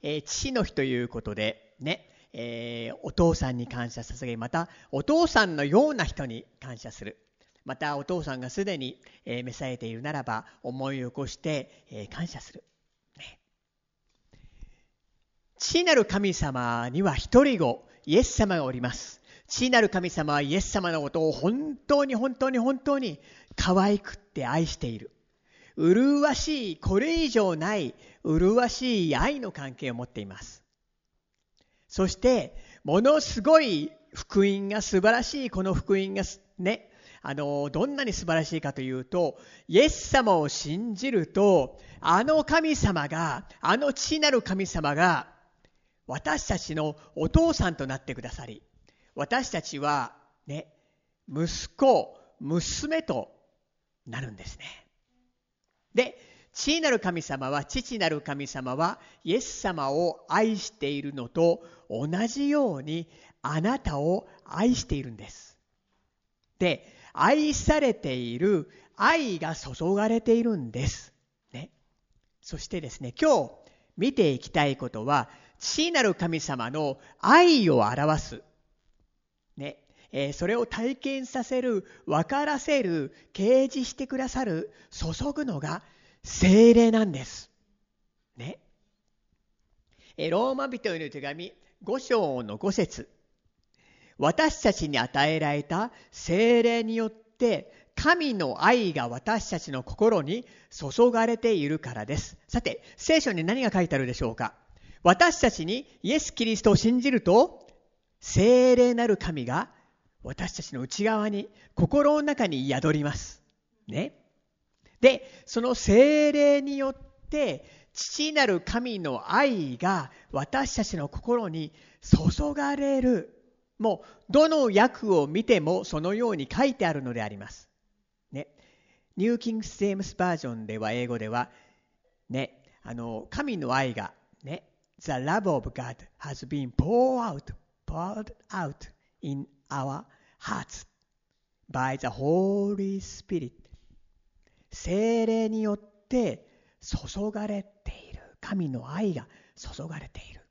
父の日ということでね、お父さんに感謝捧げ、またお父さんのような人に感謝する。またお父さんがすでに召されているならば思い起こして感謝する。父なる神様には一人子、イエス様がおります。父なる神様はイエス様のことを本当に可愛くって愛している。麗しい、これ以上ない麗しい愛の関係を持っています。そしてものすごい福音が素晴らしい、この福音がね、どんなに素晴らしいかというと、イエス様を信じると、神様が、父なる神様が私たちのお父さんとなってくださり、私たちはね、息子、娘となるんですね。で、父なる神様はイエス様を愛しているのと同じようにあなたを愛しているんです。で、愛されている、愛が注がれているんです。ね。そしてですね、今日見ていきたいことは、父なる神様の愛を表す。ね。それを体験させる、分からせる、啓示してくださる、注ぐのが聖霊なんです。ね。ローマ人への手紙5章の5節。私たちに与えられた聖霊によって神の愛が私たちの心に注がれているからです。さて、聖書に何が書いてあるでしょうか。私たちにイエス・キリストを信じると、聖霊なる神が私たちの内側に、心の中に宿ります。ね。で、その聖霊によって父なる神の愛が私たちの心に注がれる。もうどの訳を見てもそのように書いてあるのであります。ね、ニューキングス・ジェームスバージョンでは、英語ではね、神の愛がね、The love of God has been poured out in our hearts by the Holy Spirit。 聖霊によって注がれている、神の愛が注がれている。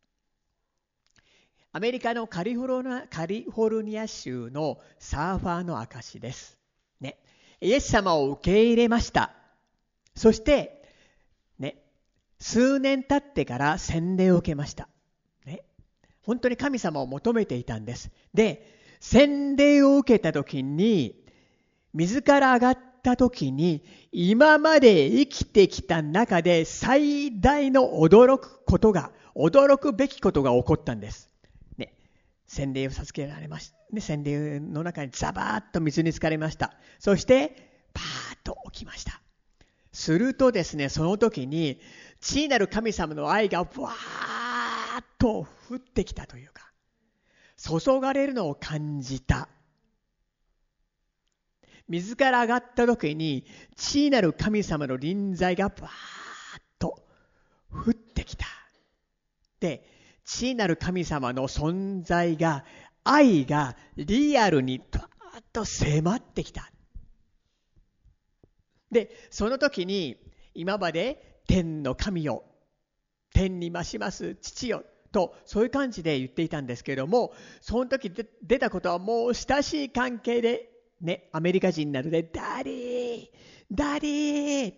アメリカのカリフォルニア州のサーファーの証です。ね、イエス様を受け入れました。そして、ね、数年経ってから洗礼を受けました。ね、本当に神様を求めていたんです。で、洗礼を受けた時に、水から上がった時に、今まで生きてきた中で最大の驚くべきことが起こったんです。洗礼を授けられました。洗礼の中にザバーッと水に浸かりました。そしてパーッと起きました。するとですね、その時に父なる神様の愛がブワーッと降ってきたというか、注がれるのを感じた。水から上がった時に父なる神様の臨在がブワーッと降ってきた。で、父なる神様の存在が、愛がリアルにパーッと迫ってきた。で、その時に今まで天の神よ、天に増します父よと、そういう感じで言っていたんですけれども、その時出たことはもう親しい関係でね、アメリカ人なのでダディダディ、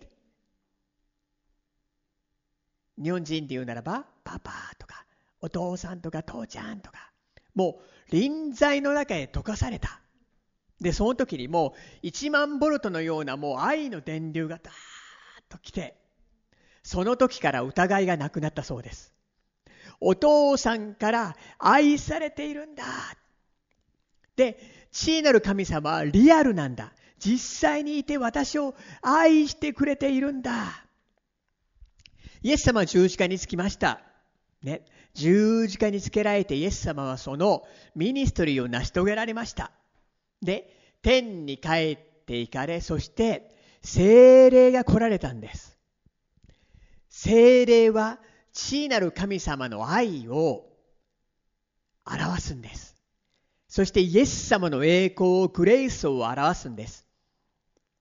日本人で言うならばパパとかお父さんとか父ちゃんとか、もう臨在の中へ溶かされた。で、その時にもう1万ボルトのようなもう愛の電流がダーッと来て、その時から疑いがなくなったそうです。お父さんから愛されているんだ。で、父なる神様はリアルなんだ。実際にいて私を愛してくれているんだ。イエス様は十字架につきました。ね、十字架につけられてイエス様はそのミニストリーを成し遂げられました。で、天に帰っていかれ、そして聖霊が来られたんです。聖霊は父なる神様の愛を表すんです。そしてイエス様の栄光、グレイスを表すんです。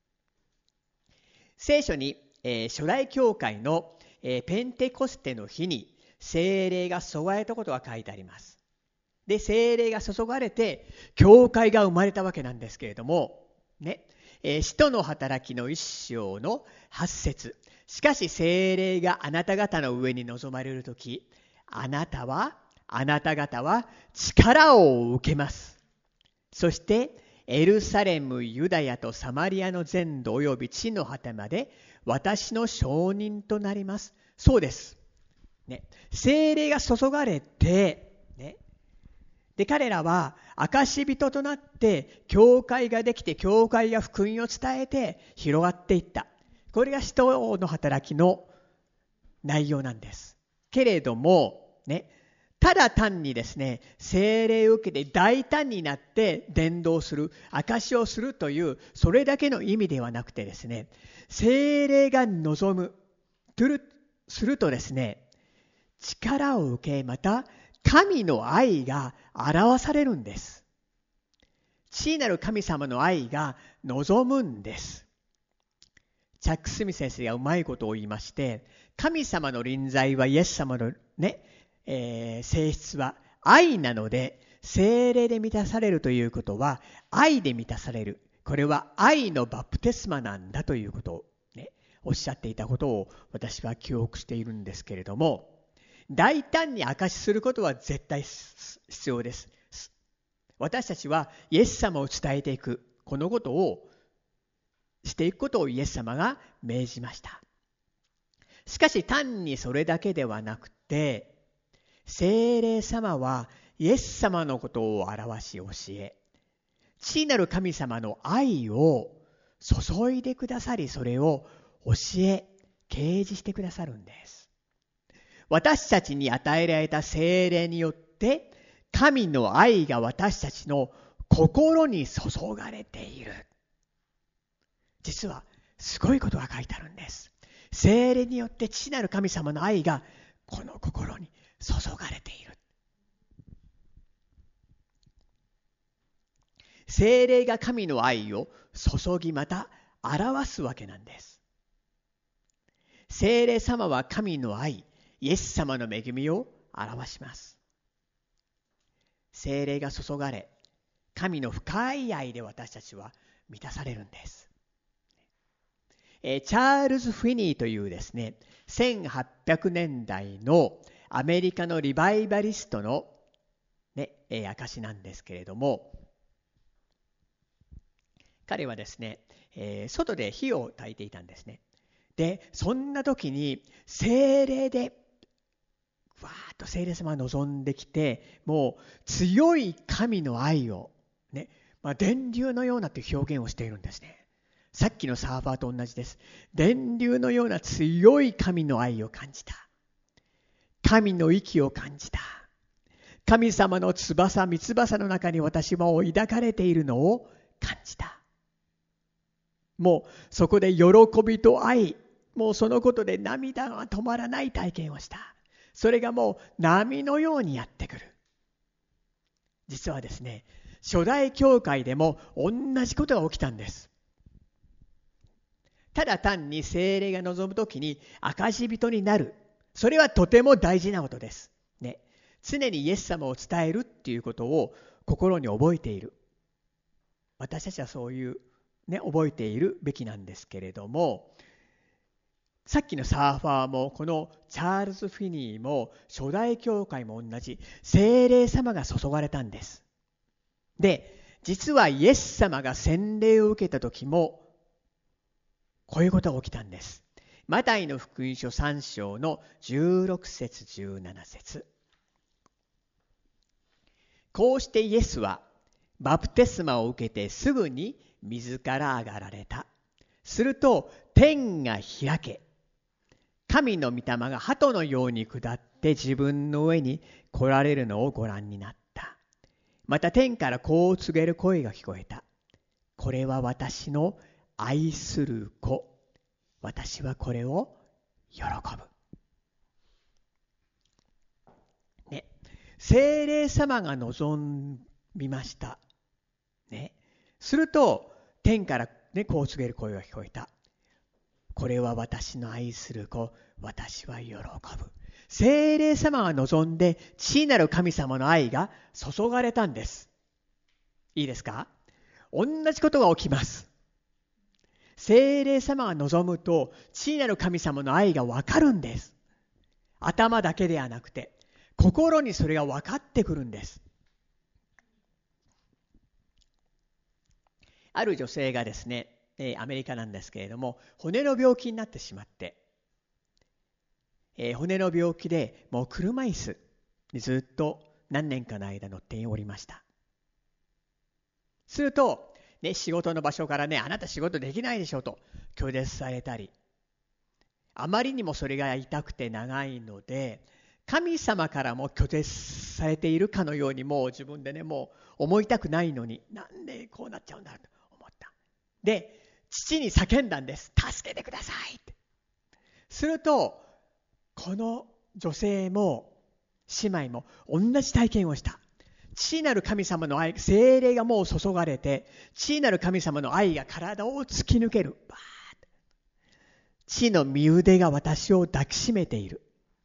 聖書に、初代教会のペンテコステの日に聖霊が注がれたことが書いてあります。で、聖霊が注がれて教会が生まれたわけなんですけれどもね、使徒の働きの1章の8節、しかし聖霊があなた方の上に臨まれるとき、あなた方は力を受けます。そしてエルサレム、ユダヤとサマリアの全土および地の果てまで私の証人となります。そうです。ね、聖霊が注がれて、ね、で彼らは証人となって教会ができて、教会が福音を伝えて広がっていった。これが使徒の働きの内容なんです。けれどもね、ただ単にですね、聖霊を受けて大胆になって伝道する、証しをするというそれだけの意味ではなくてですね、聖霊が望むするとですね、力を受け、また神の愛が表されるんです。父なる神様の愛が望むんです。チャック・スミス先生がうまいことを言いまして、神様の臨在はイエス様のね、性質は愛なので、聖霊で満たされるということは愛で満たされる。これは愛のバプテスマなんだということを、ね、おっしゃっていたことを私は記憶しているんですけれども、大胆に証しすることは絶対必要です。私たちはイエス様を伝えていく、このことをしていくことをイエス様が命じました。しかし単にそれだけではなくて、聖霊様はイエス様のことを表し教え、父なる神様の愛を注いでくださり、それを教え掲示してくださるんです。私たちに与えられた聖霊によって神の愛が私たちの心に注がれている。実はすごいことが書いてあるんです。聖霊によって父なる神様の愛がこの心に注がれている。聖霊が神の愛を注ぎ、また表すわけなんです。聖霊様は神の愛、イエス様の恵みを表します。聖霊が注がれ、神の深い愛で私たちは満たされるんです。チャールズ・フィニーというですね、1800年代のアメリカのリバイバリストの、ね、証なんですけれども、彼はですね、外で火を焚いていたんですね。で、そんな時に聖霊でわーっと聖霊様が望んできて、もう強い神の愛を、ね、電流のようなという表現をしているんですね。さっきのサーファーと同じです。電流のような強い神の愛を感じた。神の息を感じた。神様の翼、三翼の中に私は抱かれているのを感じた。もうそこで喜びと愛、もうそのことで涙が止まらない体験をした。それがもう波のようにやってくる。実はですね、初代教会でも同じことが起きたんです。ただ単に聖霊が望むときに証人になる。それはとても大事なことです。ね、常にイエス様を伝えるっていうことを心に覚えている。私たちはそういう、ね、覚えているべきなんですけれども、さっきのサーファーもこのチャールズ・フィニーも初代教会も同じ、聖霊様が注がれたんです。で、実はイエス様が洗礼を受けた時もこういうことが起きたんです。マタイの福音書3章の16節17節。こうしてイエスはバプテスマを受けてすぐに水から上がられた。すると天が開け、神の御霊が鳩のように下って自分の上に来られるのをご覧になった。また天からこう告げる声が聞こえた。これは私の愛する子。私はこれを喜ぶ。ね、聖霊様が望みました。ね、すると天から、ね、こう告げる声が聞こえた。これは私の愛する子。私は喜ぶ。 聖霊様が望んで父なる神様の愛が注がれたんです。いいですか？同じことが起きます。聖霊様が望むと父なる神様の愛がわかるんです。頭だけではなくて心にそれが分かってくるんです。ある女性がですね、アメリカなんですけれども、骨の病気になってしまって、骨の病気でもう車椅子にずっと何年かの間乗っておりました。すると、仕事の場所からあなた仕事できないでしょと拒絶されたり、あまりにもそれが痛くて長いので、神様からも拒絶されているかのようにもう自分でもう思いたくないのに、なんでこうなっちゃうんだろうと思った。で、父に叫んだんです。助けてくださいって。すると、この女性も姉妹も同じ体験をした。父なる神様の愛、聖霊がもう注がれて、父なる神様の愛が体を突き抜ける。父の身腕が私を抱きしめている。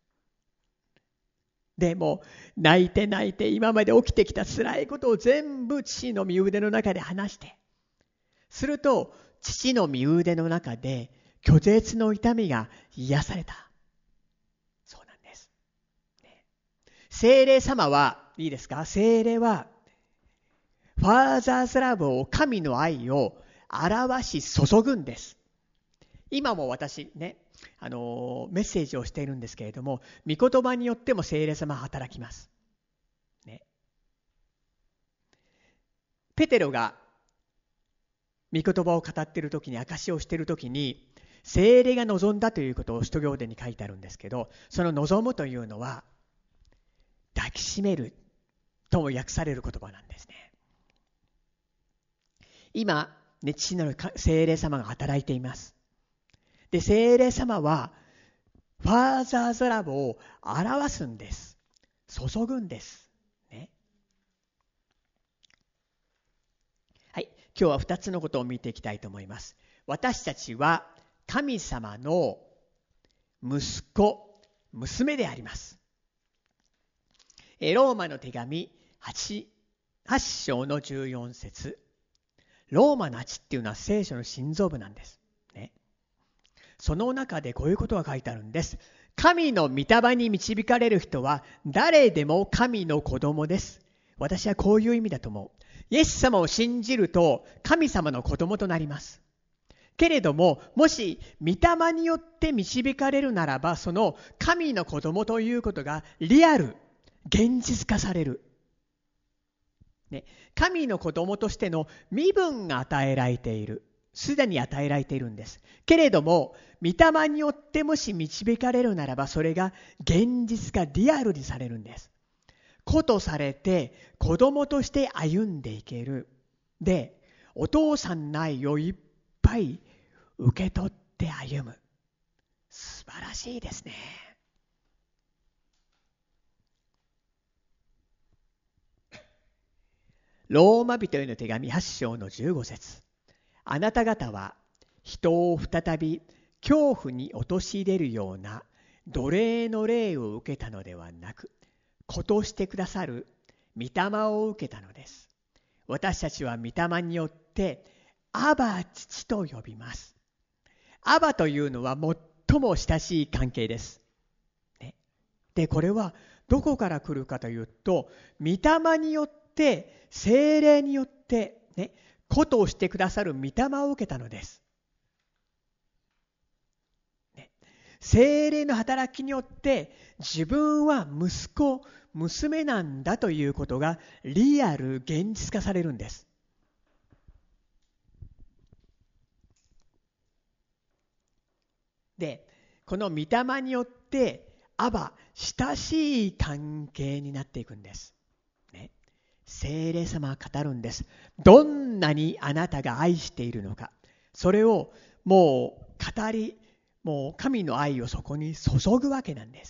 でも泣いて今まで起きてきた辛いことを全部父の身腕の中で話して、すると父の身腕の中で拒絶の痛みが癒された。そうなんです。聖霊様はいいですか？聖霊はファーザーズラブを、神の愛を表し注ぐんです。今も私メッセージをしているんですけれども、御言葉によっても聖霊様は働きます。ペテロが御言葉を語っているときに、証しをしているときに、聖霊が望んだということを使徒行伝に書いてあるんですけど、その望むというのは、抱きしめるとも訳される言葉なんですね。今、父なる聖霊様が働いています。で、聖霊様はファーザーズラブを表すんです。注ぐんです。はい、今日は2つのことを見ていきたいと思います。私たちは神様の息子、娘であります。ローマの手紙 8章の14節。ローマの8っていうのは聖書の心臓部なんです。その中でこういうことが書いてあるんです。神の御霊に導かれる人は誰でも神の子供です。私はこういう意味だと思う。イエス様を信じると神様の子供となります。けれども、もし御霊によって導かれるならば、その神の子供ということがリアル、現実化される。神の子供としての身分が与えられている。すでに与えられているんです。けれども、御霊によってもし導かれるならば、それが現実化、リアルにされるんです。子とされて、子供として歩んでいける。で、お父さんの愛をいっぱい受け取って歩む。素晴らしいですね。ローマ人への手紙8章の15節。あなた方は人を再び恐怖に陥れるような奴隷の霊を受けたのではなく、子としてくださる御霊を受けたのです。私たちは御霊によってアバ父と呼びます。アバというのは最も親しい関係です。で、これはどこから来るかというと、御霊によって聖霊によって子としてくださる御霊を受けたのです。聖霊の働きによって自分は息子、娘なんだということがリアル、現実化されるんです。で、この御霊によってアバ、親しい関係になっていくんです。聖霊様は語るんです。どんなにあなたが愛しているのか、それをもう語り、もう神の愛をそこに注ぐわけなんです。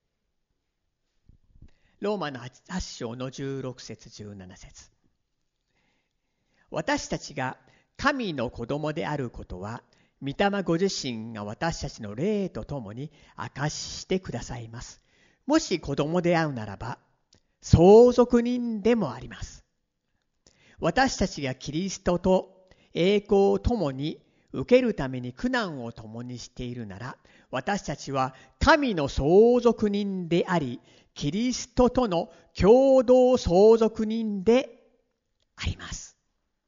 ローマの 8章の16節17節。私たちが神の子供であることは御霊ご自身が私たちの霊とともに証ししてくださいます。もし子供であうならば、相続人でもあります。私たちがキリストと栄光を共に受けるために苦難を共にしているなら、私たちは神の相続人であり、キリストとの共同相続人であります。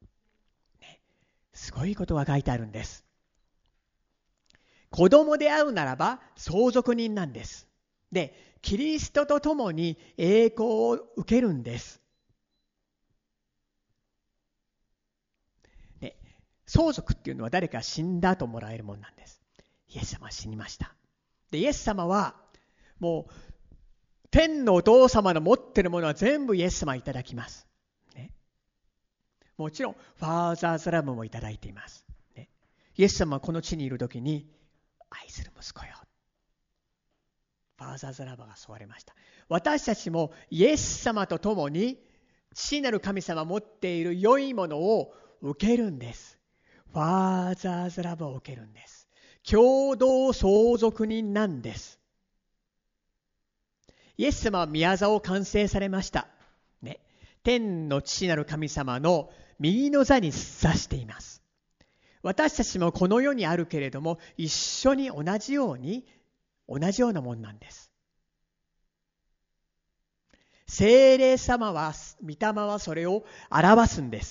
すごいことが書いてあるんです。子供であうならば相続人なんです。で、キリストと共に栄光を受けるんです。で、相続っていうのは誰か死んだともらえるものなんです。イエス様は死にました。で、イエス様はもう天のお父様の持っているものは全部イエス様いただきます。ね、もちろんファーザーズラブもいただいています。ね、イエス様はこの地にいるときに、愛する息子よ、ファーザーズラブが問われました。私たちもイエス様と共に父なる神様持っている良いものを受けるんです。ファーザーズラブを受けるんです。共同相続人なんです。イエス様は宮座を完成されました。ね、天の父なる神様の右の座に座しています。私たちもこの世にあるけれども、一緒に同じようなもんなんです。聖霊様は、御霊はそれを表すんです。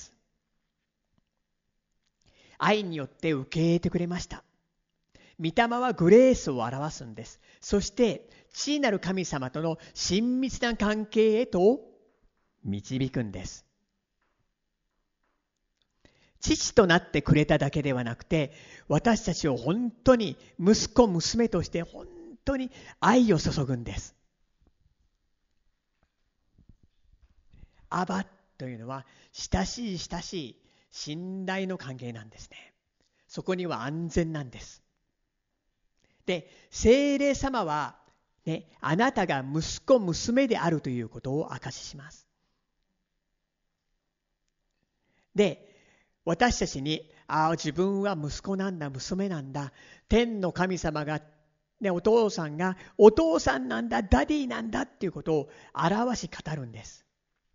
愛によって受け入れてくれました。御霊はグレースを表すんです。そして父なる神様との親密な関係へと導くんです。父となってくれただけではなくて、私たちを本当に息子娘として本当に愛を注ぐんです。アバというのは親しい信頼の関係なんですね。そこには安全なんです。で、聖霊様は、ね、あなたが息子娘であるということを証しします。で、私たちに自分は息子なんだ、娘なんだ、天の神様が、ね、お父さんがお父さんなんだ、ダディなんだっていうことを表し語るんです。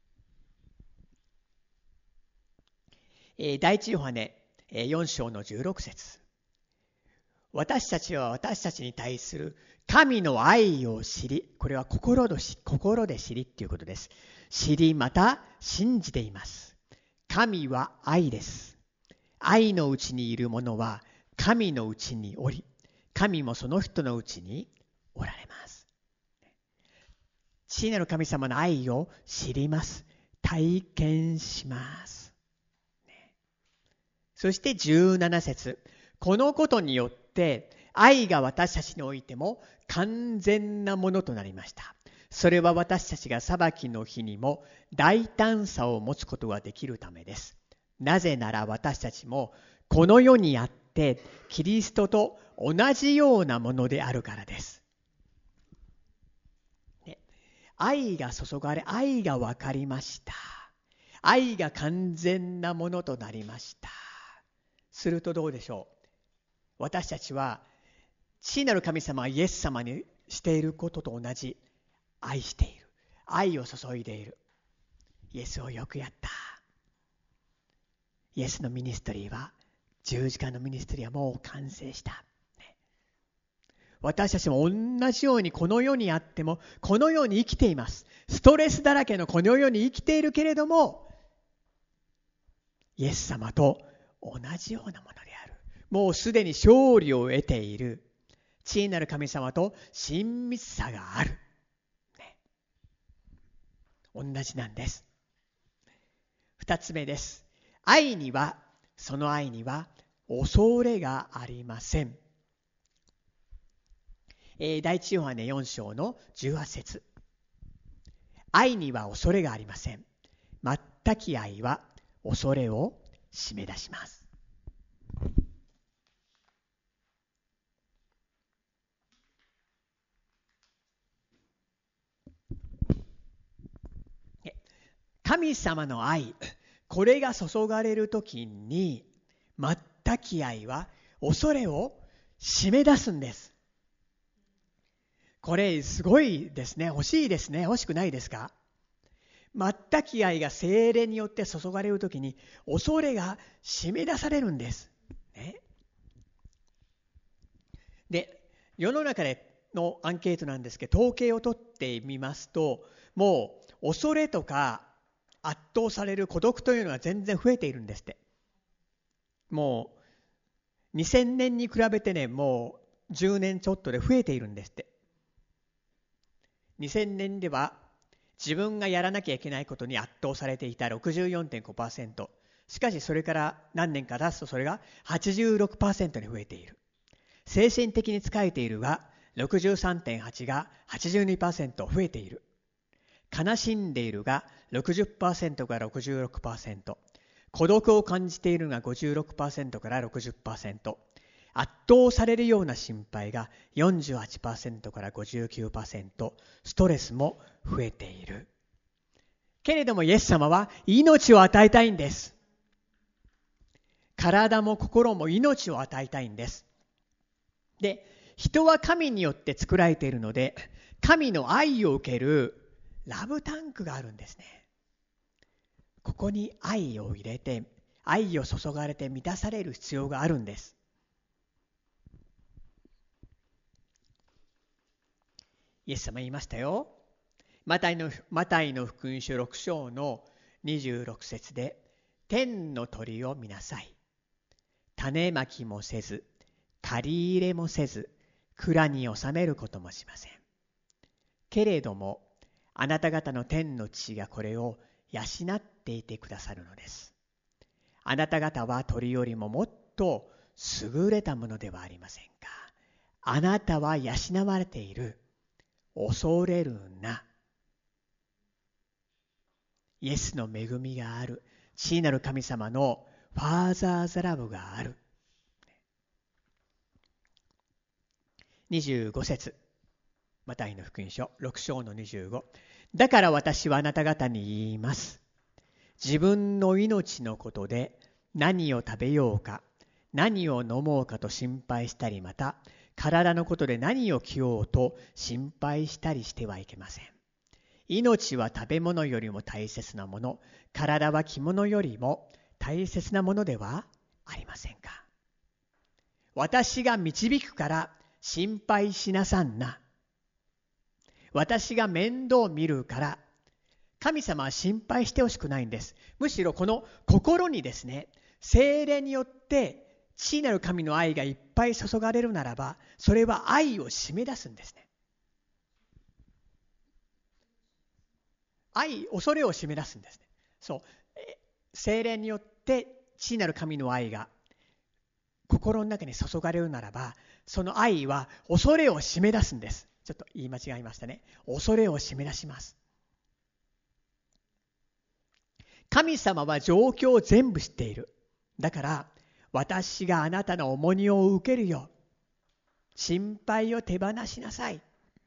第一ヨハネ4章の16節、私たちは私たちに対する神の愛を知り、これは心で知りっていうことです。知り、また信じています。神は愛です。愛のうちにいる者は神のうちにおり、神もその人のうちにおられます。父なる神様の愛を知ります。体験します。そして17節、このことによって愛が私たちにおいても完全なものとなりました。それは私たちが裁きの日にも大胆さを持つことができるためです。なぜなら私たちもこの世にあってキリストと同じようなものであるからです。ね、愛が注がれ、愛が分かりました。愛が完全なものとなりました。するとどうでしょう。私たちは父なる神様イエス様にしていることと同じ愛している、愛を注いでいる。イエスをよくやった。イエスのミニストリーは、十字架のミニストリーはもう完成した、ね、私たちも同じようにこの世にあってもこの世に生きています。ストレスだらけのこの世に生きているけれども、イエス様と同じようなものである。もうすでに勝利を得ている。父なる神様と親密さがある、ね、同じなんです。二つ目です。その愛には恐れがありません。第一ヨハネ4章の18節、愛には恐れがありません。全き愛は恐れを締め出します。神様の愛、これが注がれるときに、全き愛は恐れを締め出すんです。これすごいですね。欲しいですね。欲しくないですか？全き愛が聖霊によって注がれるときに恐れが締め出されるんです、ね、で世の中でのアンケートなんですけど、統計を取ってみますと、もう恐れとか圧倒される孤独というのが全然増えているんですって。もう2000年に比べてね、もう10年ちょっとで増えているんですって。2000年では自分がやらなきゃいけないことに圧倒されていた 64.5%。しかしそれから何年か経つとそれが 86% に増えている。精神的に疲れているが 63.8 が 82% 増えている。悲しんでいるが 60% から 66%。孤独を感じているが 56% から 60%。圧倒されるような心配が 48% から 59%、ストレスも増えている。けれどもイエス様は命を与えたいんです。体も心も命を与えたいんです。で、人は神によって作られているので、神の愛を受けるラブタンクがあるんですね。ここに愛を入れて、愛を注がれて満たされる必要があるんです。イエス様言いましたよ。マタイの福音書6章の26節で、天の鳥を見なさい。種まきもせず、借り入れもせず、蔵に収めることもしません。けれども、あなた方の天の父がこれを養っていてくださるのです。あなた方は鳥よりももっと優れたものではありませんか。あなたは養われている。恐れるな。イエスの恵みがある。父なる神様のファーザーズラブがある。25節、マタイの福音書6章の25。だから私はあなた方に言います。自分の命のことで何を食べようか、何を飲もうかと心配したり、また体のことで何を着ようと心配したりしてはいけません。命は食べ物よりも大切なもの、体は着物よりも大切なものではありませんか。私が導くから心配しなさんな。私が面倒見るから。神様は心配してほしくないんです。むしろこの心にですね、聖霊によって父なる神の愛がいっぱい注がれるならば、それは愛を締め出すんですね。恐れを締め出すんですね。そう、聖霊によって父なる神の愛が心の中に注がれるならば、その愛は恐れを締め出すんです。ちょっと言い間違いましたね。恐れを締め出します。神様は状況を全部知っている。だから私があなたの重荷を受けるよ。心配を手放しなさい。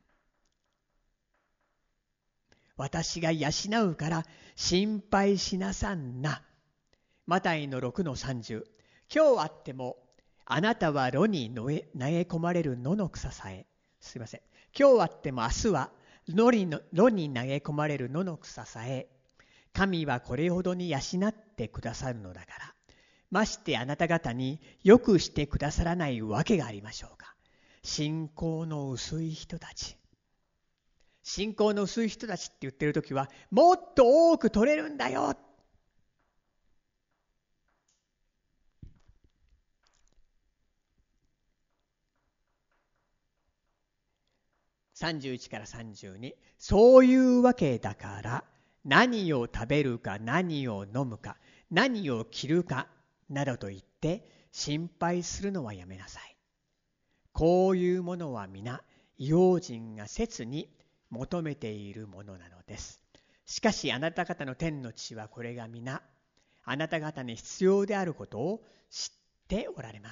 私が養うから心配しなさんな。マタイの6の30。今日あってもあなたは炉に投げ込まれる野の草さえ。すいません。今日あっても明日は炉に投げ込まれる野の草さえ。神はこれほどに養ってくださるのだから。ましてあなた方によくしてくださらないわけがありましょうか。信仰の薄い人たち。信仰の薄い人たちって言ってるときは、もっと多く取れるんだよ。31から32。そういうわけだから、何を食べるか、何を飲むか、何を着るか、などと言って心配するのはやめなさい。こういうものは皆、異邦人が切に求めているものなのです。しかしあなた方の天の父はこれが皆、あなた方に必要であることを知っておられます。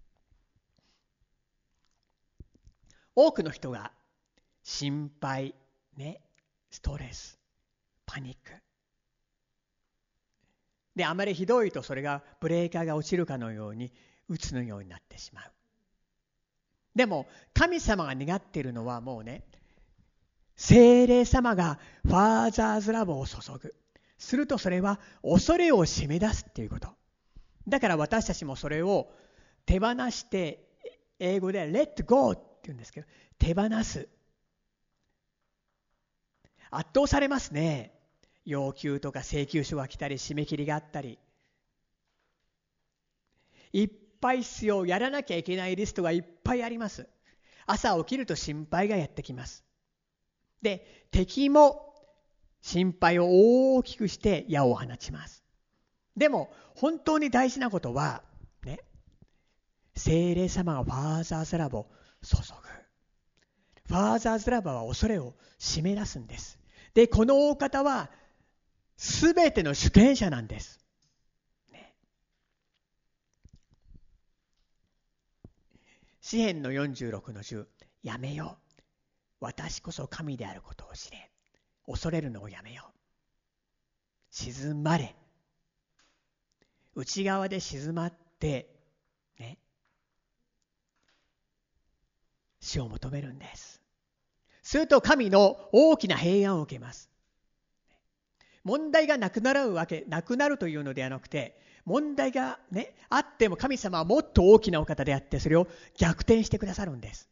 多くの人が心配、ストレス、パニック。で、あまりひどいとそれがブレーカーが落ちるかのように鬱のようになってしまう。でも神様が願っているのはもうね、聖霊様がファーザーズラブを注ぐ。するとそれは恐れを締め出すっていうこと。だから私たちもそれを手放して、英語で let go って言うんですけど、手放す。圧倒されますね。要求とか請求書が来たり、締め切りがあったり。いっぱい必要、やらなきゃいけないリストがいっぱいあります。朝起きると心配がやってきます。で、敵も心配を大きくして矢を放ちます。でも本当に大事なことはね、聖霊様がファーザーズラブを注ぐ。ファーザーズラブは恐れを締め出すんです。で、このお方はすべての主権者なんです。ね、詩編の46の10、やめよう。私こそ神であることを知れ。恐れるのをやめよう。静まれ。内側で静まって、ね、主を求めるんです。すると神の大きな平安を受けます。問題がなくなるというのではなくて、問題がね、あっても神様はもっと大きなお方であって、それを逆転してくださるんです。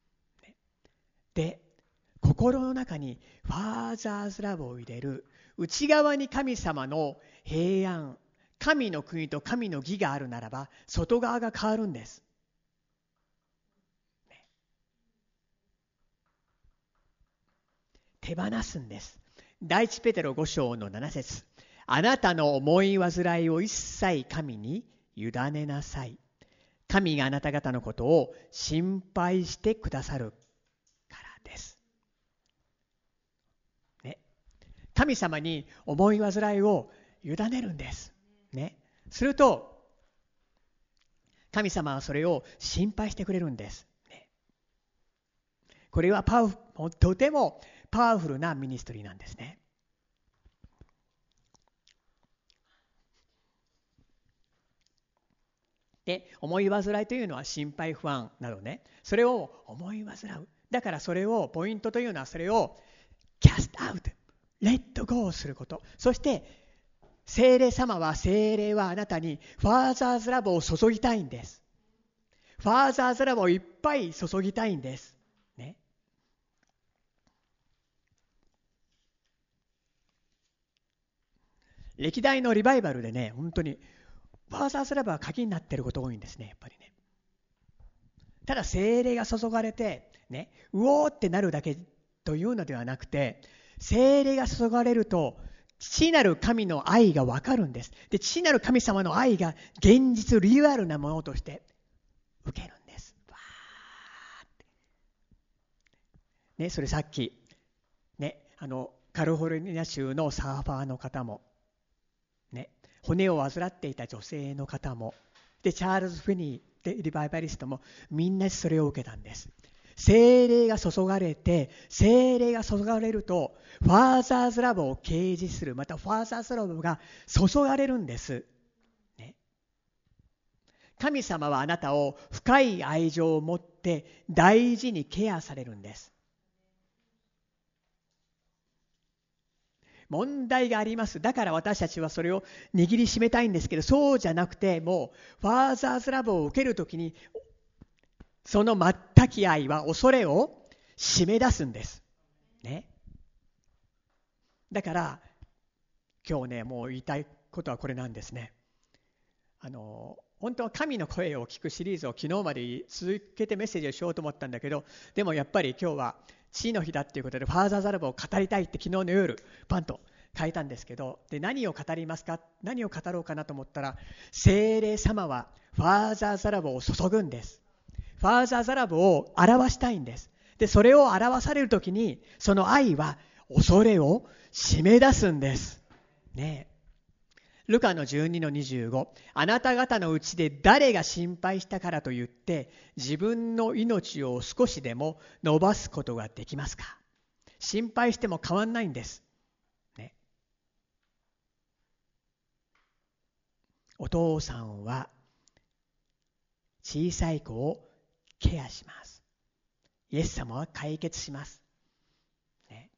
で、心の中にファーザーズラブを入れる、内側に神様の平安、神の国と神の義があるならば、外側が変わるんです。手放すんです。第一ペテロ5章の7節、あなたの思い煩いを一切神に委ねなさい。神があなた方のことを心配してくださるからです。ね、神様に思い煩いを委ねるんです。ね、すると神様はそれを心配してくれるんです。ね、これはとてもパワフルなミニストリーなんですね。で、思い煩いというのは心配不安などね、それを思い煩う。だからそれをポイントというのは、それをキャストアウト、レッドゴーすること。そして聖霊はあなたにファーザーズラブを注ぎたいんです。ファーザーズラブをいっぱい注ぎたいんです。ね。歴代のリバイバルでね、本当にファーザーズラブは鍵になっていることが多いんですね、やっぱりね。ただ聖霊が注がれてね、うおーってなるだけというのではなくて、聖霊が注がれると父なる神の愛が分かるんです。で、父なる神様の愛が現実リアルなものとして受けるんです。わーってね、それさっきね、カリフォルニア州のサーファーの方もね、骨を患っていた女性の方も、でチャールズ・フィニーでリバイバリストもみんなそれを受けたんです。聖霊が注がれて、聖霊が注がれるとファーザーズラブを掲示する、またファーザーズラブが注がれるんです、ね、神様はあなたを深い愛情を持って大事にケアされるんです。問題があります。だから私たちはそれを握りしめたいんですけど、そうじゃなくて、もうファーザーズラブを受けるときに、その全き愛は恐れを締め出すんです。ね。だから今日ね、もう言いたいことはこれなんですね。本当は神の声を聞くシリーズを昨日まで続けてメッセージをしようと思ったんだけど、でもやっぱり今日は父の日だっていうことでファーザーズラブを語りたいって昨日の夜パンと書いたんですけど、で何を語りますか、何を語ろうかなと思ったら、聖霊様はファーザーズラブを注ぐんです。ファーザーズラブを表したいんです。でそれを表されるときに、その愛は恐れを締め出すんですね。ルカの12の25、あなた方のうちで誰が心配したからといって自分の命を少しでも伸ばすことができますか。心配しても変わんないんです、ね、お父さんは小さい子をケアします。イエス様は解決します。ね、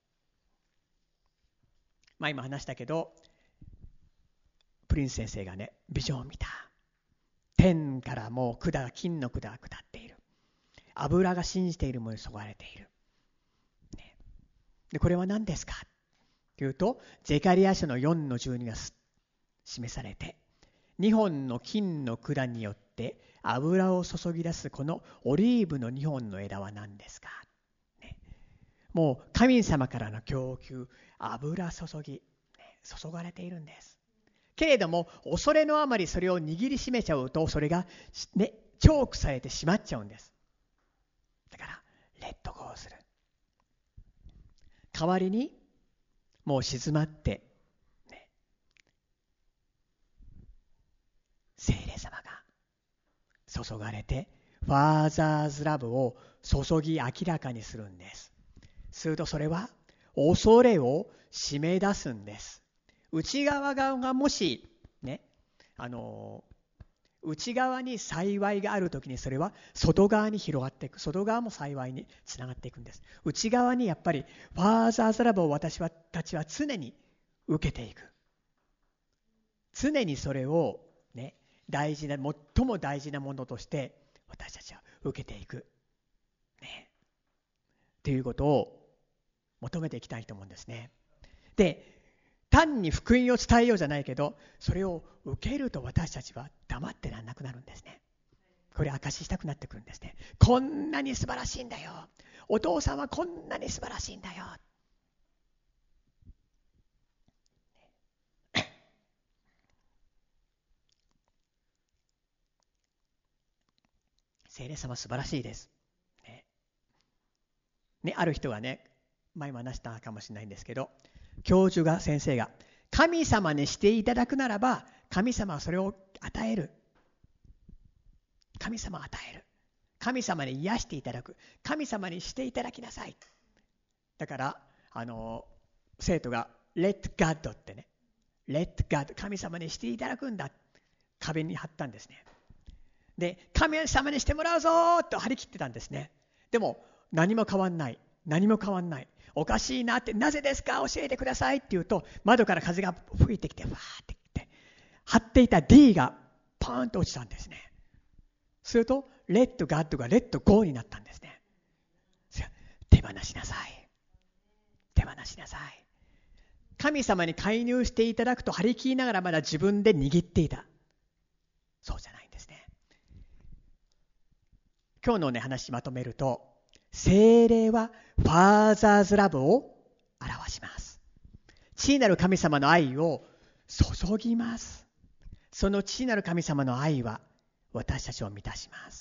今話したけど、プリンス先生がね、ビジョンを見た。天からもう金の管が下っている。油が信じているものに注がれている。ね、でこれは何ですかというと、ゼカリヤ書の4の12が示されて、2本の金の管によって油を注ぎ出すこのオリーブの2本の枝は何ですか、ね、もう神様からの供給、油注ぎ、注がれているんです。けれども恐れのあまりそれを握りしめちゃうと、それが、ね、チョークされてしまっちゃうんです。だからレッドゴーする。代わりにもう静まって、ね、聖霊様が注がれて、ファーザーズラブを注ぎ明らかにするんです。するとそれは恐れを締め出すんです。内側がもしね、内側に幸いがあるときに、それは外側に広がっていく。外側も幸いにつながっていくんです。内側にやっぱりファーザーズラブを私たちは常に受けていく。常にそれをね、最も大事なものとして私たちは受けていく。ね。ということを求めていきたいと思うんですね。で、単に福音を伝えようじゃないけど、それを受けると私たちは黙ってらんなくなるんですね。これ証ししたくなってくるんですね。こんなに素晴らしいんだよ。お父さんはこんなに素晴らしいんだよ。聖霊様素晴らしいです。ね、ある人がね、前も話したかもしれないんですけど、先生が神様にしていただくならば、神様はそれを与える。神様は与える。神様に癒していただく。神様にしていただきなさい。だから生徒が Let God ってね、Let God、 神様にしていただくんだ、壁に貼ったんですね。で、神様にしてもらうぞと張り切ってたんですね。でも何も変わんない。おかしいなって、なぜですか教えてくださいって言うと、窓から風が吹いてきて、わーってきて、張っていた D がパーンと落ちたんですね。すると、レッドガッドがレッドゴーになったんですね。手放しなさい。神様に介入していただくと張り切りながらまだ自分で握っていた。そうじゃないんですね。今日のね、話まとめると、聖霊はファーザーズラブを表します。父なる神様の愛を注ぎます。その父なる神様の愛は私たちを満たします。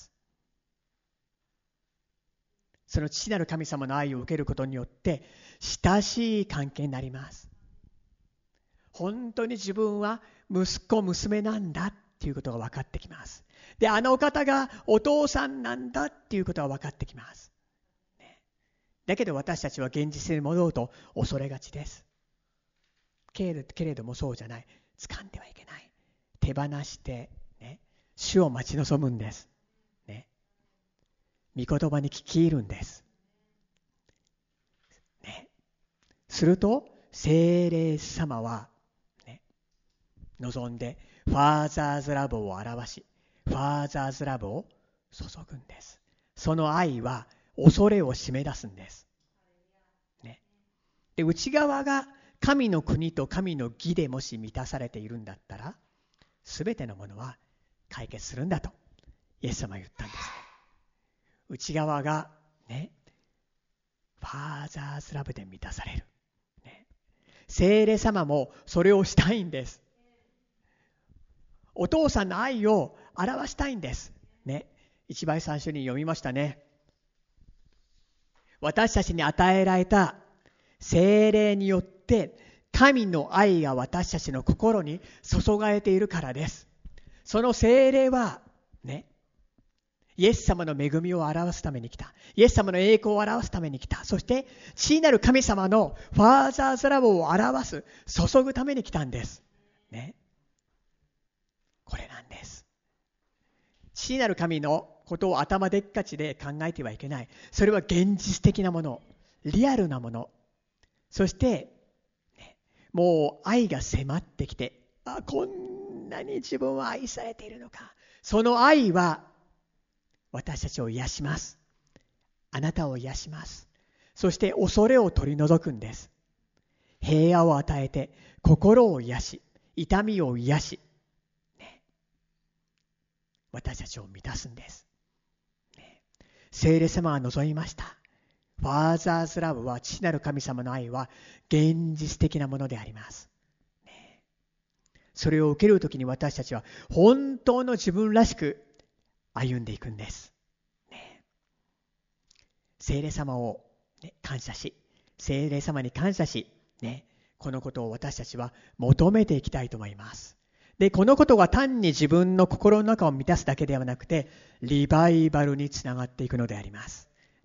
その父なる神様の愛を受けることによって親しい関係になります。本当に自分は息子娘なんだっていうことが分かってきます。で、あの方がお父さんなんだっていうことが分かってきます。だけど私たちは現実に戻ると恐れがちです。けれどもそうじゃない。掴んではいけない。手放して、ね、主を待ち望むんです。ね、御言葉に聞き入るんです。ね、すると聖霊様は、ね、望んでファーザーズラブを表し、ファーザーズラブを注ぐんです。その愛は恐れを締め出すんです。ね、で、内側が神の国と神の義でもし満たされているんだったら、すべてのものは解決するんだとイエス様は言ったんですね。内側がね、ファーザーズラブで満たされる、ね、聖霊様もそれをしたいんです。お父さんの愛を表したいんですね。1倍3章に読みましたね。私たちに与えられた聖霊によって神の愛が私たちの心に注がれているからです。その聖霊はね、イエス様の恵みを表すために来た。イエス様の栄光を表すために来た。そして父なる神様のファーザーズラブを表す、注ぐために来たんですね。これなんです。 父なる神のことを頭でっかちで考えてはいけない。それは現実的なもの、リアルなもの。そして、もう愛が迫ってきて、こんなに自分は愛されているのか。その愛は私たちを癒します。あなたを癒します。そして恐れを取り除くんです。平和を与えて、心を癒し、痛みを癒し、私たちを満たすんです。聖霊様は望みました。ファーザーズラブは、父なる神様の愛は現実的なものであります。それを受けるときに私たちは本当の自分らしく歩んでいくんです。聖霊様を、感謝し、聖霊様に感謝し、このことを私たちは求めていきたいと思います。で、このことが単に自分の心の中を満たすだけではなくて、リバイバルにつながっていくのであります。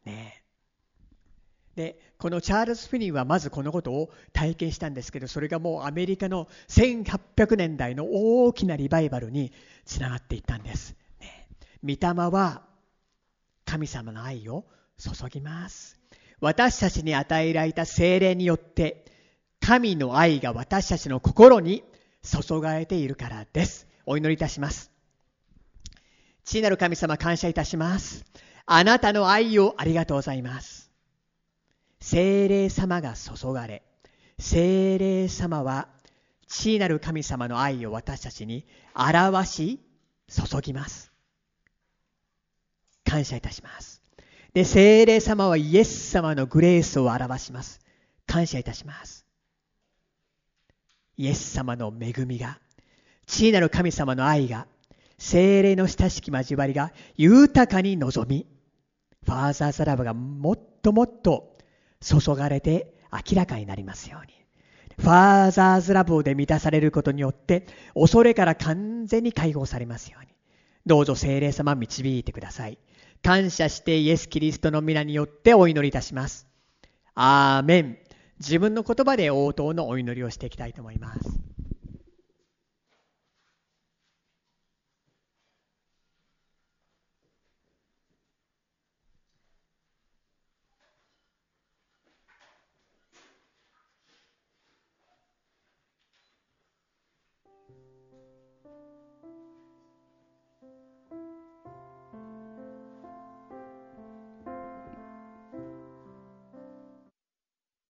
で、このチャールズ・フィニーはまずこのことを体験したんですけど、それがもうアメリカの1800年代の大きなリバイバルにつながっていったんです。御霊は神様の愛を注ぎます。私たちに与えられた聖霊によって、神の愛が私たちの心に注がれているからです。お祈りいたします。父なる神様、感謝いたします。あなたの愛をありがとうございます。聖霊様が注がれ、聖霊様は父なる神様の愛を私たちに表し注ぎます。感謝いたします。で、聖霊様はイエス様のグレースを表します。感謝いたします。イエス様の恵みが、父なる神様の愛が、聖霊の親しき交わりが豊かに望み、ファーザーズラブがもっともっと注がれて明らかになりますように。ファーザーズラブで満たされることによって、恐れから完全に解放されますように。どうぞ聖霊様導いてください。感謝してイエス・キリストの皆によってお祈りいたします。アーメン。自分の言葉で応答のお祈りをしていきたいと思います。